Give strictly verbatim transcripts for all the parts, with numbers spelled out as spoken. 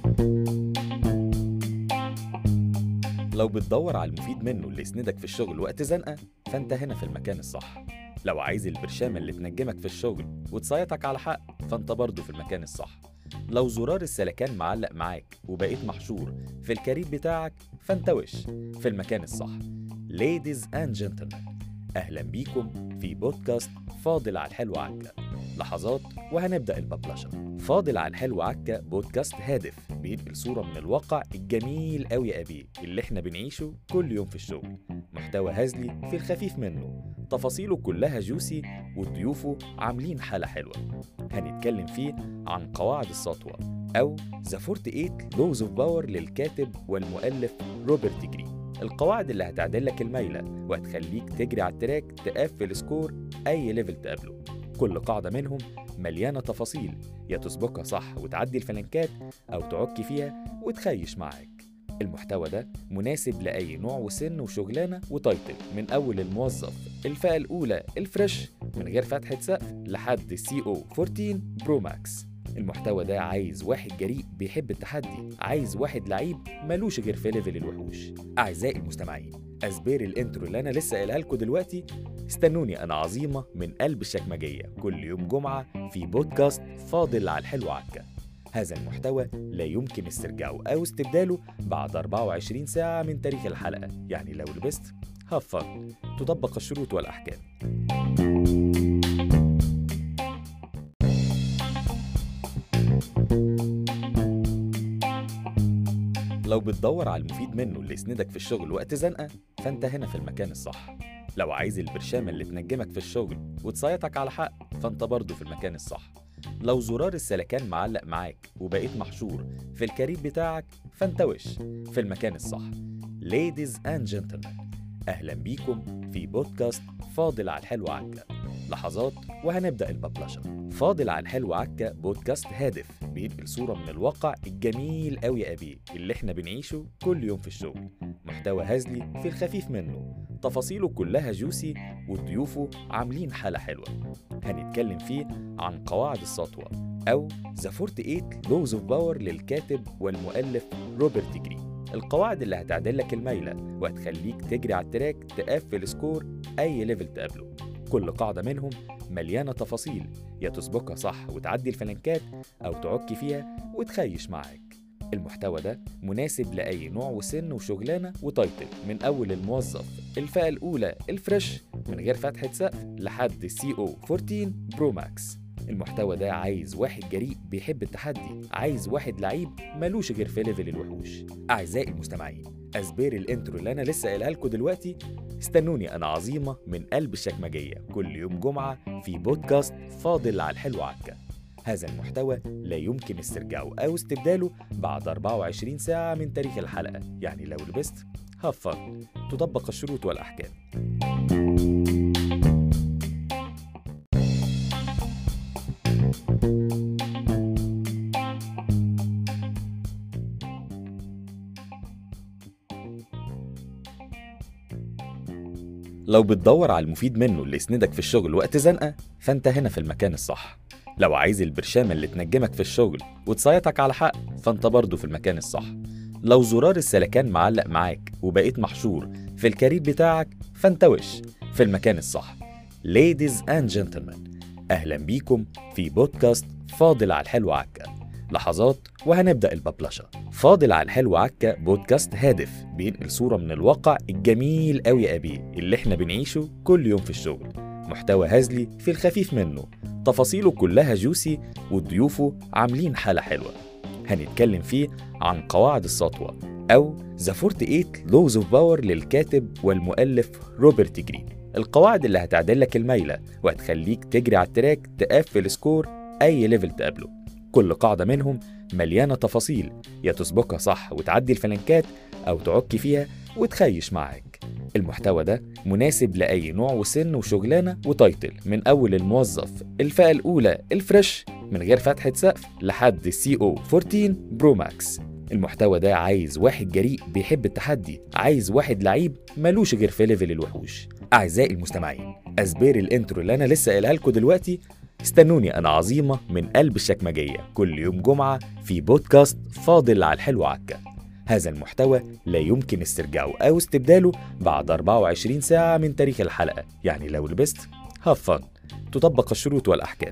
لو بتدور على المفيد منه اللي يسندك في الشغل وقت زنقة، فانت هنا في المكان الصح. لو عايز البرشامة اللي تنجمك في الشغل وتصيطك على حق، فانت برضه في المكان الصح. لو زرار السلكان معلق معاك وبقيت محشور في الكارير بتاعك، فانت وش في المكان الصح. Ladies and gentlemen، أهلا بيكم في بودكاست فاضل على الحلو عكا. لحظات وهنبدأ الببلشة. فاضل على الحلو عكا بودكاست هادف بينقل صورة من الواقع الجميل قوي يا أبيه اللي احنا بنعيشه كل يوم في الشغل. محتوى هزلي في الخفيف منه، تفاصيله كلها جوسي وضيوفه عاملين حالة حلوة. هنتكلم فيه عن قواعد السطوة أو The أربعة وأربعين Laws of Power للكاتب والمؤلف روبرت جرين. القواعد اللي هتعدل لك الميلة وهتخليك تجري على التراك تقفل سكور أي ليفل تقابله. كل قاعدة منهم مليانة تفاصيل، يا تسبقها صح وتعدي الفلنكات أو تعك فيها وتخيش معاك. المحتوى ده مناسب لأي نوع وسن وشغلانة وتايتل، من أول الموظف الفئة الأولى الفريش من غير فتحة سقف لحد سي او أربعتاشر برو ماكس. المحتوى ده عايز واحد جريء بيحب التحدي، عايز واحد لعيب ملوش غير في ليفل الوحوش. أعزائي المستمعين، أسبير الانترو اللي أنا لسه قايلها لكم دلوقتي، استنوني أنا عظيمة من قلب الشكمجية كل يوم جمعة في بودكاست فاضل على الحلو عكا. هذا المحتوى لا يمكن استرجاعه أو استبداله بعد أربعة وعشرين ساعة من تاريخ الحلقة، يعني لو لبست هفن تطبق الشروط والأحكام. لو بتدور على المفيد منه اللي يسندك في الشغل وقت زنقة، فانت هنا في المكان الصح. لو عايز البرشامة اللي تنجمك في الشغل وتصيطك على حق، فانت برضه في المكان الصح. لو زرار السلكان معلق معاك وبقيت محشور في الكارير بتاعك، فانت وش في المكان الصح. Ladies and gentlemen، أهلا بيكم في بودكاست فاضل على الحلو عكا. لحظات وهنبدأ الببلشة. فاضل على الحلو عكا بودكاست هادف بينقل صورة من الواقع الجميل قوي يا أبيه اللي احنا بنعيشه كل يوم في الشغل. محتوى هزلي في الخفيف منه، تفاصيله كلها جوسي وضيوفه عاملين حالة حلوة. هنتكلم فيه عن قواعد السطوة أو The أربعة وأربعين Laws of Power للكاتب والمؤلف روبرت جرين. القواعد اللي هتعدل لك الميلة وهتخليك تجري على التراك تقفل سكور أي ليفل تقابله. كل قاعدة منهم مليانة تفاصيل، يا تسبقها صح وتعدي الفلنكات أو تعك فيها وتخيش معاك. المحتوى ده مناسب لأي نوع وسن وشغلانة وتايتل، من أول الموظف الفئة الأولى الفريش من غير فتحة سقف لحد سي او أربعتاشر برو ماكس. المحتوى ده عايز واحد جريء بيحب التحدي، عايز واحد لعيب ملوش غير في ليفل الوحوش. أعزائي المستمعين، أسبير الانترو اللي أنا لسه قايلها لكم دلوقتي، استنوني أنا عظيمة من قلب الشكمجية كل يوم جمعة في بودكاست فاضل على الحلو عكا. هذا المحتوى لا يمكن استرجاعه أو استبداله بعد أربعة وعشرين ساعة من تاريخ الحلقة، يعني لو لبست هفن تطبق الشروط والأحكام. لو بتدور على المفيد منه اللي يسندك في الشغل وقت زنقة، فانت هنا في المكان الصح. لو عايز البرشامة اللي تنجمك في الشغل وتصيطك على حق، فانت برضه في المكان الصح. لو زرار السلكان معلق معاك وبقيت محشور في الكارير بتاعك، فانت وش في المكان الصح. Ladies and gentlemen، أهلا بيكم في بودكاست فاضل على الحلو عكا. لحظات وهنبدأ الببلشة. فاضل على الحلو عكا بودكاست هادف بينقل صورة من الواقع الجميل قوي يا أبيه اللي احنا بنعيشه كل يوم في الشغل. محتوى هزلي في الخفيف منه، تفاصيله كلها جوسي وضيوفه عاملين حالة حلوة. هنتكلم فيه عن قواعد السطوة أو The أربعة وأربعين Laws of Power للكاتب والمؤلف روبرت جرين. القواعد اللي هتعدل لك الميلة وهتخليك تجري على التراك تقفل سكور أي ليفل تقابله. كل قاعدة منهم مليانة تفاصيل، يا تسبقها صح وتعدي الفلنكات أو تعك فيها وتخيش معاك. المحتوى ده مناسب لأي نوع وسن وشغلانة وتايتل، من أول الموظف الفئة الأولى الفريش من غير فتحة سقف لحد سي او أربعتاشر برو ماكس. المحتوى ده عايز واحد جريء بيحب التحدي، عايز واحد لعيب ملوش غير في ليفل الوحوش. أعزائي المستمعين، أسبير الانترو اللي أنا لسه قايلها لكم دلوقتي، استنوني أنا عظيمة من قلب الشكمجية كل يوم جمعة في بودكاست فاضل على الحلو عكا. هذا المحتوى لا يمكن استرجاعه أو استبداله بعد أربعة وعشرين ساعة من تاريخ الحلقة، يعني لو لبست have fun. تطبق الشروط والأحكام.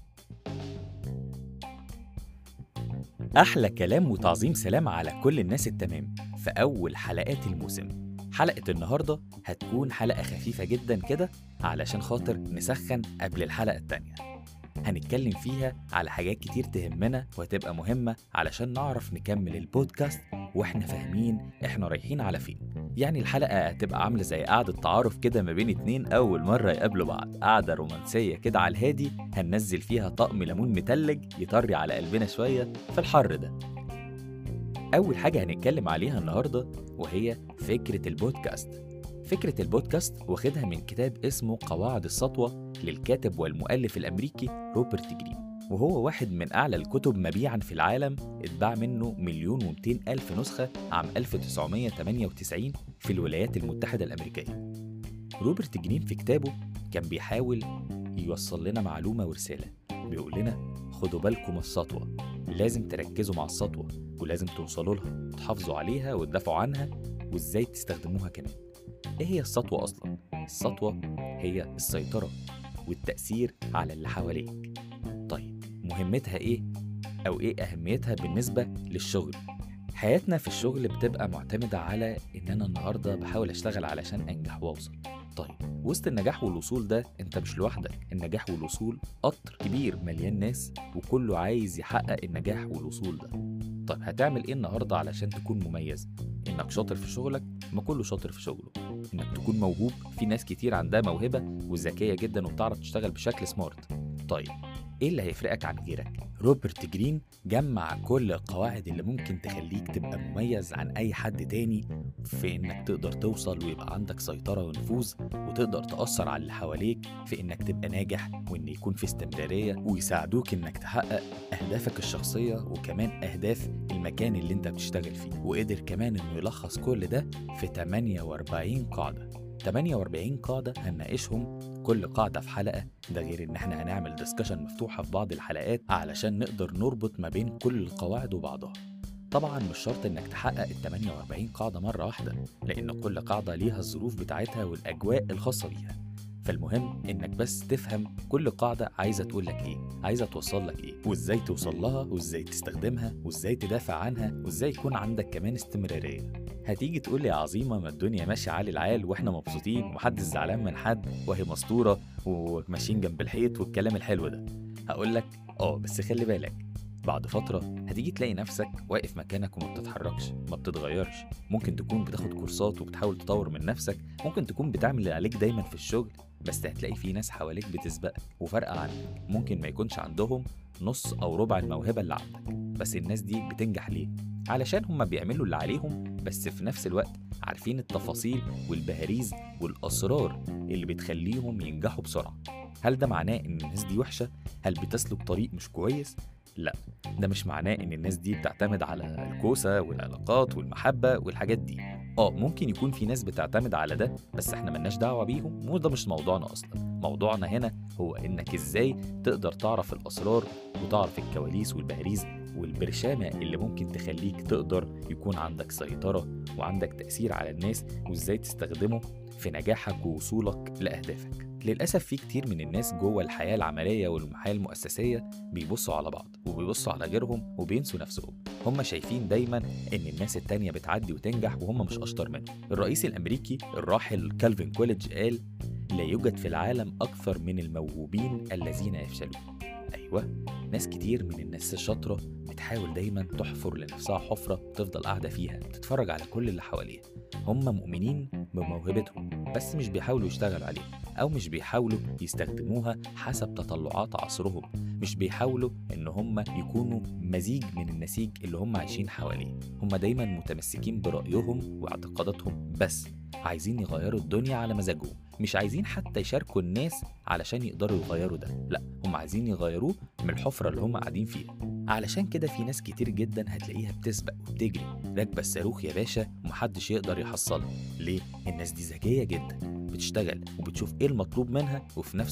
أحلى كلام وتعظيم سلام على كل الناس التمام في أول حلقات الموسم. حلقة النهاردة هتكون حلقة خفيفة جدا كده علشان خاطر نسخن قبل الحلقة التانية. هنتكلم فيها على حاجات كتير تهمنا وهتبقى مهمة علشان نعرف نكمل البودكاست واحنا فاهمين احنا رايحين على فين. يعني الحلقة هتبقى عاملة زي قعدة تعارف كده ما بين اتنين أول مرة يقابلوا بعض، قعدة رومانسية كده على الهادي هننزل فيها طقم ليمون متلج يطري على قلبنا شوية في الحر ده. أول حاجة هنتكلم عليها النهاردة وهي فكرة البودكاست. فكرة البودكاست واخدها من كتاب اسمه قواعد السطوة للكاتب والمؤلف الأمريكي روبرت جرين، وهو واحد من أعلى الكتب مبيعاً في العالم، اتباع منه مليون ومئتين ألف نسخة عام ألف وتسعمائة وثمانية وتسعين في الولايات المتحدة الأمريكية. روبرت جرين في كتابه كان بيحاول يوصل لنا معلومة ورسالة، بيقول لنا خدوا بالكم السطوة، لازم تركزوا مع السطوة ولازم توصلوا لها وتحافظوا عليها وتدافعوا عنها وإزاي تستخدموها كمان. إيه هي السطوة أصلاً؟ السطوة هي السيطرة والتأثير على اللي حواليك. طيب مهمتها إيه؟ أو إيه أهميتها بالنسبة للشغل؟ حياتنا في الشغل بتبقى معتمدة على إن أنا النهاردة بحاول أشتغل علشان أنجح وأوصل. طيب وسط النجاح والوصول ده أنت مش لوحدك، النجاح والوصول قطر كبير مليان ناس وكله عايز يحقق النجاح والوصول ده. طيب هتعمل إيه النهاردة علشان تكون مميز؟ إنك شاطر في شغلك؟ ما كله شاطر في شغله. إنك تكون موهوب؟ في ناس كتير عندها موهبة وذكية جدا وبتعرف تشتغل بشكل سمارت. طيب إيه اللي هيفرقك عن غيرك؟ روبرت جرين جمع كل القواعد اللي ممكن تخليك تبقى مميز عن أي حد تاني في إنك تقدر توصل ويبقى عندك سيطرة ونفوذ وتقدر تأثر على اللي حواليك، في إنك تبقى ناجح وإن يكون في استمرارية ويساعدوك إنك تحقق أهدافك الشخصية وكمان أهداف المكان اللي أنت بتشتغل فيه. وقدر كمان إنه يلخص كل ده في ثمانية وأربعين قاعدة. ثمانية وأربعين قاعدة هنناقشهم كل قاعدة في حلقة، ده غير إن احنا هنعمل ديسكشن مفتوحة في بعض الحلقات علشان نقدر نربط ما بين كل القواعد وبعضها. طبعا مش شرط إنك تحقق ال ثمانية وأربعين قاعدة مرة واحدة، لأن كل قاعدة ليها الظروف بتاعتها والأجواء الخاصة بيها. فالمهم إنك بس تفهم كل قاعدة عايزة تقول لك إيه، عايزة توصل لك إيه، وإزاي توصل لها وإزاي تستخدمها وإزاي تدافع عنها وإزاي يكون عندك كمان استمرارية. هتيجي تقول لي يا عظيمة ما الدنيا ماشية عالي العال وإحنا مبسوطين ومحدش زعلان من حد وهي مسطورة وماشيين جنب الحيط والكلام الحلو ده. هقول لك آه بس خلي بالك، بعد فترة هتيجي تلاقي نفسك واقف مكانك وما بتتحركش، ما بتتغيرش. ممكن تكون بتاخد كورسات وبتحاول تطور من نفسك، ممكن تكون بتعمل اللي عليك دايما في الشغل، بس هتلاقي في ناس حواليك بتسبقك وفرقة عنك، ممكن ما يكونش عندهم نص أو ربع الموهبة اللي عندك، بس الناس دي بتنجح ليه؟ علشان هم بيعملوا اللي عليهم بس في نفس الوقت عارفين التفاصيل والبهاريز والأسرار اللي بتخليهم ينجحوا بسرعة. هل ده معناه إن الناس دي وحشة؟ هل بتسلك طريق مش كويس؟ لا، ده مش معناه إن الناس دي بتعتمد على الكوسة والعلاقات والمحبة والحاجات دي. آه ممكن يكون في ناس بتعتمد على ده بس إحنا ملناش دعوة بيهم وده مش موضوعنا أصلا. موضوعنا هنا هو إنك إزاي تقدر تعرف الأسرار وتعرف الكواليس والبهاريز والبرشامة اللي ممكن تخليك تقدر يكون عندك سيطرة وعندك تأثير على الناس وإزاي تستخدمه في نجاحك ووصولك لأهدافك. للأسف في كتير من الناس جوه الحياة العملية والحياة المؤسسية بيبصوا على بعض وبيبصوا على غيرهم وبينسوا نفسهم. هم شايفين دايما إن الناس التانية بتعدي وتنجح وهم مش أشطر منهم. الرئيس الأمريكي الراحل كالفين كوليدج قال لا يوجد في العالم أكثر من الموهوبين الذين يفشلون. أيوة، ناس كتير من الناس الشاطرة بتحاول دايما تحفر لنفسها حفرة تفضل قاعدة فيها تتفرج على كل اللي حواليها. هم مؤمنين بموهبتهم بس مش بيحاولوا يشتغلوا عليها أو مش بيحاولوا يستخدموها حسب تطلعات عصرهم، مش بيحاولوا إن هم يكونوا مزيج من النسيج اللي هم عايشين حواليه. هم دايما متمسكين برأيهم واعتقاداتهم بس عايزين يغيروا الدنيا على مزاجهم، مش عايزين حتى يشاركوا الناس علشان يقدروا يغيروا ده، لا هم عايزين يغيروه من الحفرة اللي هم قاعدين فيها. علشان كده في ناس كتير جدا هتلاقيها بتسبق وبتجري راكبة الصاروخ يا باشا ومحدش يقدر يحصلها. ليه؟ الناس دي ذكية جدا، بتشتغل وبتشوف ايه المطلوب منها وفي نفس الوقت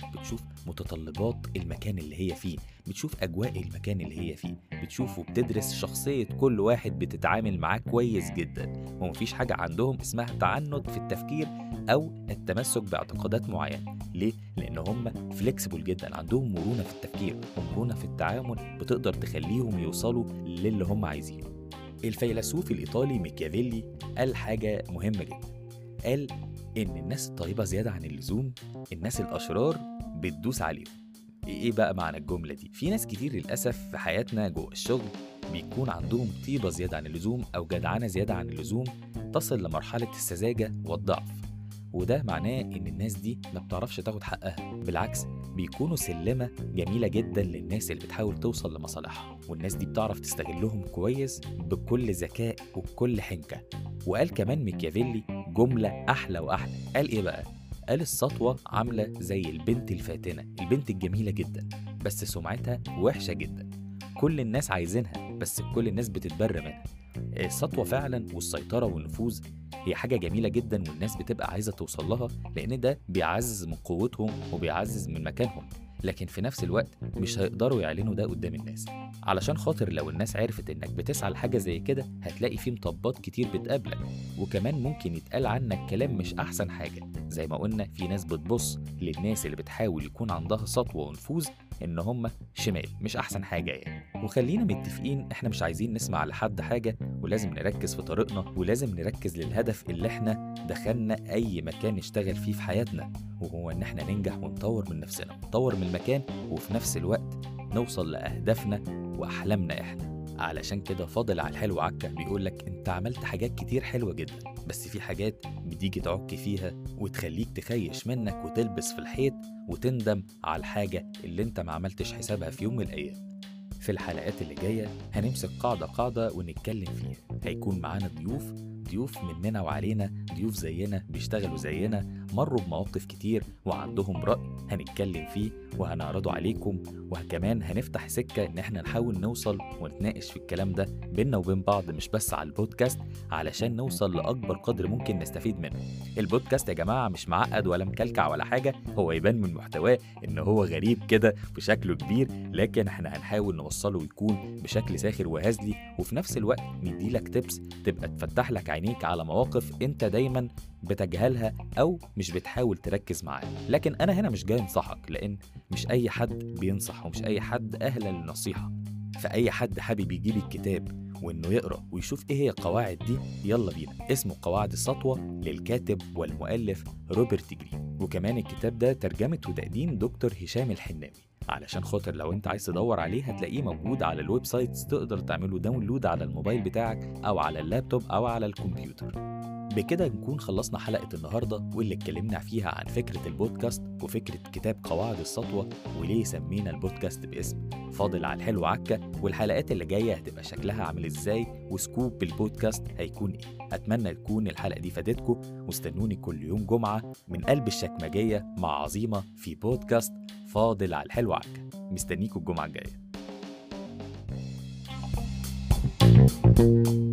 بتشوف متطلبات المكان اللي هي فيه، بتشوف أجواء المكان اللي هي فيه، بتشوف وبتدرس شخصية كل واحد، بتتعامل معاه كويس جدا. ومفيش حاجة عندهم اسمها تعنت في التفكير أو التمسك باعتقادات معينة. ليه؟ لأن هم فليكسبل جدا، عندهم مرونة في التفكير ومرونة في التعامل بتقدر تخليهم يوصلوا للي هم عايزينه. الفيلسوف الإيطالي ميكافيلي قال حاجة مهمة جدا، قال إن الناس الطيبة زيادة عن اللزوم الناس الأشرار بتدوس عليهم. إيه بقى معنى الجملة دي؟ في ناس كتير للأسف في حياتنا جوه الشغل بيكون عندهم طيبة زيادة عن اللزوم أو جدعنة زيادة عن اللزوم تصل لمرحلة السذاجة والضعف، وده معناه إن الناس دي ما بتعرفش تاخد حقها، بالعكس بيكونوا سلمة جميلة جدا للناس اللي بتحاول توصل لمصالحها، والناس دي بتعرف تستغلهم كويس بكل ذكاء وبكل حنكة. وقال كمان ميكافيلي جملة أحلى وأحلى، قال إيه بقى؟ قال السطوة عاملة زي البنت الفاتنة، البنت الجميلة جدا بس سمعتها وحشة جدا، كل الناس عايزينها بس كل الناس بتتبرى منها. السطوة فعلا والسيطرة والنفوذ هي حاجة جميلة جدا والناس بتبقى عايزة توصل لها، لأن ده بيعزز من قوتهم وبيعزز من مكانهم، لكن في نفس الوقت مش هيقدروا يعلنوا ده قدام الناس، علشان خاطر لو الناس عرفت انك بتسعى لحاجة زي كده هتلاقي فيه مطبات كتير بتقابلك، وكمان ممكن يتقال عنك كلام مش أحسن حاجة. زي ما قلنا في ناس بتبص للناس اللي بتحاول يكون عندها سطوة ونفوذ ان هم شمال، مش احسن حاجة يعني. وخلينا متفقين احنا مش عايزين نسمع لحد حاجة، ولازم نركز في طريقنا، ولازم نركز للهدف اللي احنا دخلنا اي مكان نشتغل فيه في حياتنا، وهو ان احنا ننجح ونطور من نفسنا، نطور من المكان، وفي نفس الوقت نوصل لأهدافنا وأحلامنا احنا. علشان كده فاضل على الحلو عكا بيقولك انت عملت حاجات كتير حلوة جدا، بس في حاجات بتيجي تعك فيها وتخليك تخيش منك وتلبس في الحيط وتندم على الحاجة اللي انت ما عملتش حسابها في يوم من الأيام. في الحلقات اللي جاية هنمسك قاعدة قاعدة ونتكلم فيها، هيكون معانا ضيوف ضيوف مننا وعلينا، ضيوف زينا بيشتغلوا زينا، مروا بمواقف كتير وعندهم رأي هنتكلم فيه وهنعرضه عليكم، وكمان هنفتح سكة ان احنا نحاول نوصل ونتناقش في الكلام ده بينا وبين بعض، مش بس على البودكاست، علشان نوصل لأكبر قدر ممكن نستفيد منه. البودكاست يا جماعة مش معقد ولا مكلكع ولا حاجة، هو يبان من محتواه ان هو غريب كده وشكله كبير، لكن احنا هنحاول نوصله ويكون بشكل ساخر وهزلي، وفي نفس الوقت نديلك تيبس تبقى تفتح لك عينيك على مواقف انت دايما بتجهلها او مش بتحاول تركز معاها. لكن انا هنا مش جاي انصحك، لان مش اي حد بينصح ومش اي حد اهلا للنصيحة، فاي حد حابب يجيب الكتاب وانه يقرأ ويشوف ايه هي القواعد دي يلا بينا. اسمه قواعد السطوة للكاتب والمؤلف روبرت جرين، وكمان الكتاب ده ترجمة وتقديم دكتور هشام الحناوي، علشان خاطر لو انت عايز تدور عليه هتلاقيه موجود على الويب سايت، تقدر تعمله داونلود على الموبايل بتاعك او على اللابتوب او على الكمبيوتر. بكده نكون خلصنا حلقة النهاردة واللي اتكلمنا فيها عن فكرة البودكاست وفكرة كتاب قواعد السطوة وليه سمينا البودكاست باسم فاضل على الحلو عكا، والحلقات اللي جاية هتبقى شكلها عامل ازاي وسكوب البودكاست هيكون ايه. اتمنى تكون الحلقة دي فادتكم، واستنوني كل يوم جمعة من قلب الشكمجية مع عظيمة في بودكاست فاضل على الحلو عكا. مستنيكم الجمعة الجاية.